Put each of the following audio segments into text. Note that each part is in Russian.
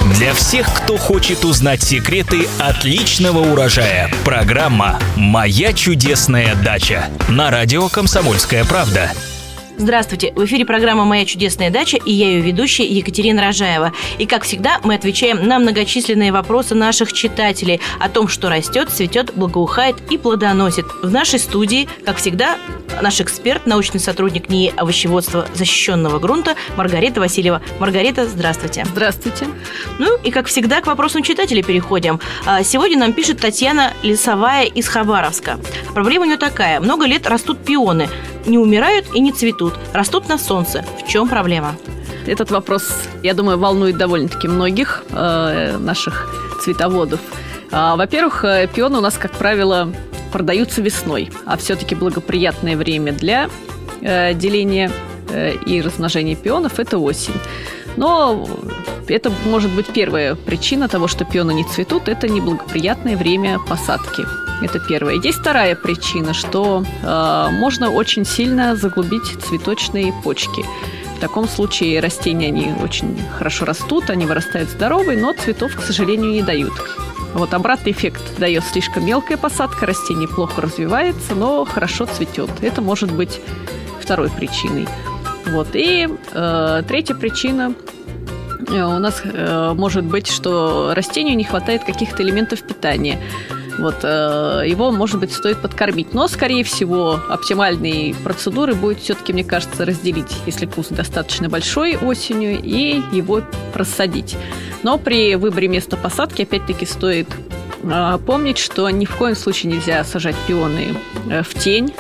Для всех, кто хочет узнать секреты отличного урожая. Программа «Моя чудесная дача» на радио «Комсомольская правда». Здравствуйте! В эфире программа «Моя чудесная дача» и я ее ведущая Екатерина Рожаева. И, как всегда, мы отвечаем на многочисленные вопросы наших читателей о том, что растет, цветет, благоухает и плодоносит. В нашей студии, как всегда, наш эксперт, научный сотрудник НИИ овощеводства защищенного грунта Маргарита Васильева. Маргарита, здравствуйте! Здравствуйте! Ну и, как всегда, к вопросам читателей переходим. Сегодня нам пишет Татьяна Лесовая из Хабаровска. Проблема у нее такая. Много лет растут пионы. Не умирают и не цветут. Растут на солнце. В чем проблема? Этот вопрос, я думаю, волнует довольно-таки многих наших цветоводов. Во-первых, пионы у нас, как правило, продаются весной, а все-таки благоприятное время для деления и размножения пионов – это осень. Но это может быть первая причина того, что пионы не цветут – это неблагоприятное время посадки. Это первое. Есть вторая причина, что можно очень сильно заглубить цветочные почки. В таком случае растения, они очень хорошо растут, они вырастают здоровые, но цветов, к сожалению, не дают. Вот обратный эффект дает слишком мелкая посадка, растение плохо развивается, но хорошо цветет. Это может быть второй причиной. Вот. И третья причина у нас может быть, что растению не хватает каких-то элементов питания. Вот, его, может быть, стоит подкормить. Но, скорее всего, оптимальной процедурой будет все-таки, мне кажется, разделить, если куст достаточно большой осенью, и его рассадить. Но при выборе места посадки, опять-таки, стоит помнить, что ни в коем случае нельзя сажать пионы в тень,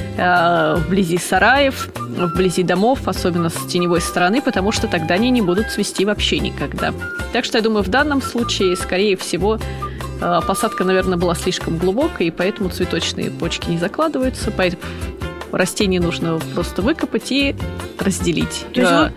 вблизи сараев, вблизи домов, особенно с теневой стороны, потому что тогда они не будут цвести вообще никогда. Так что, я думаю, в данном случае, скорее всего, посадка, наверное, была слишком глубокой, и поэтому цветочные почки не закладываются, поэтому растение нужно просто выкопать и разделить. Для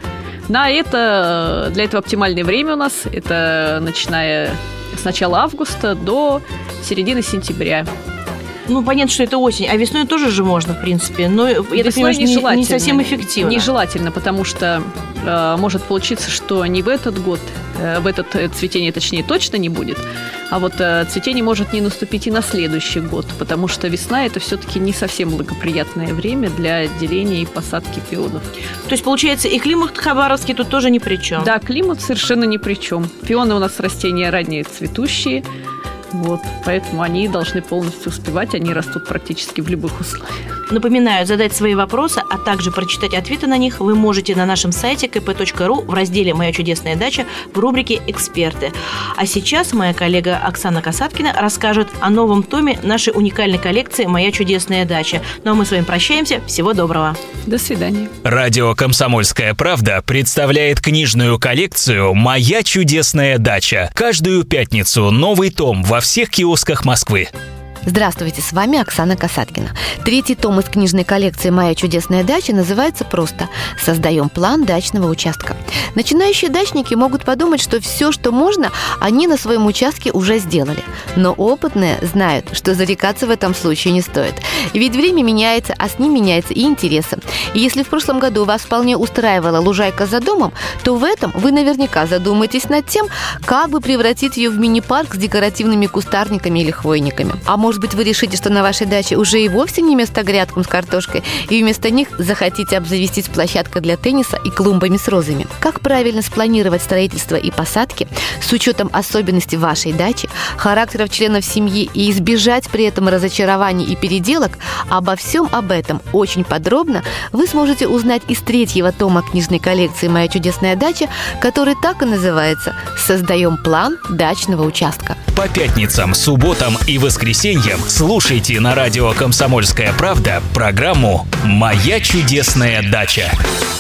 этого оптимальное время у нас, это начиная с начала августа до середины сентября. Ну, понятно, что это осень, а весной тоже же можно, в принципе, но я так понимаю, не совсем эффективно. Нежелательно, потому что может получиться, что не в этот год, в этот цветение, точнее, точно не будет, а вот цветение может не наступить и на следующий год, потому что весна – это все-таки не совсем благоприятное время для деления и посадки пионов. То есть, получается, и климат хабаровский тут тоже ни при чем? Да, климат совершенно ни при чем. Пионы у нас растения ранние цветущие, вот, поэтому они должны полностью успевать, они растут практически в любых условиях. Напоминаю, задать свои вопросы, а также прочитать ответы на них вы можете на нашем сайте kp.ru в разделе «Моя чудесная дача» в рубрике «Эксперты». А сейчас моя коллега Оксана Касаткина расскажет о новом томе нашей уникальной коллекции «Моя чудесная дача». Ну а мы с вами прощаемся. Всего доброго. До свидания. Радио «Комсомольская правда» представляет книжную коллекцию «Моя чудесная дача». Каждую пятницу новый том во всех киосках Москвы. Здравствуйте, с вами Оксана Касаткина. Третий том из книжной коллекции «Моя чудесная дача» называется просто «Создаем план дачного участка». Начинающие дачники могут подумать, что все, что можно, они на своем участке уже сделали. Но опытные знают, что зарекаться в этом случае не стоит. Ведь время меняется, а с ним меняются и интересы. И если в прошлом году вас вполне устраивала лужайка за домом, то в этом вы наверняка задумаетесь над тем, как бы превратить ее в мини-парк с декоративными кустарниками или хвойниками. А может быть, вы решите, что на вашей даче уже и вовсе не место грядкам с картошкой, и вместо них захотите обзавестись площадкой для тенниса и клумбами с розами. Как правильно спланировать строительство и посадки с учетом особенностей вашей дачи, характеров членов семьи и избежать при этом разочарований и переделок, обо всем об этом очень подробно вы сможете узнать из третьего тома книжной коллекции «Моя чудесная дача», который так и называется «Создаем план дачного участка». По пятницам, субботам и воскресеньям слушайте на радио «Комсомольская правда» программу «Моя чудесная дача».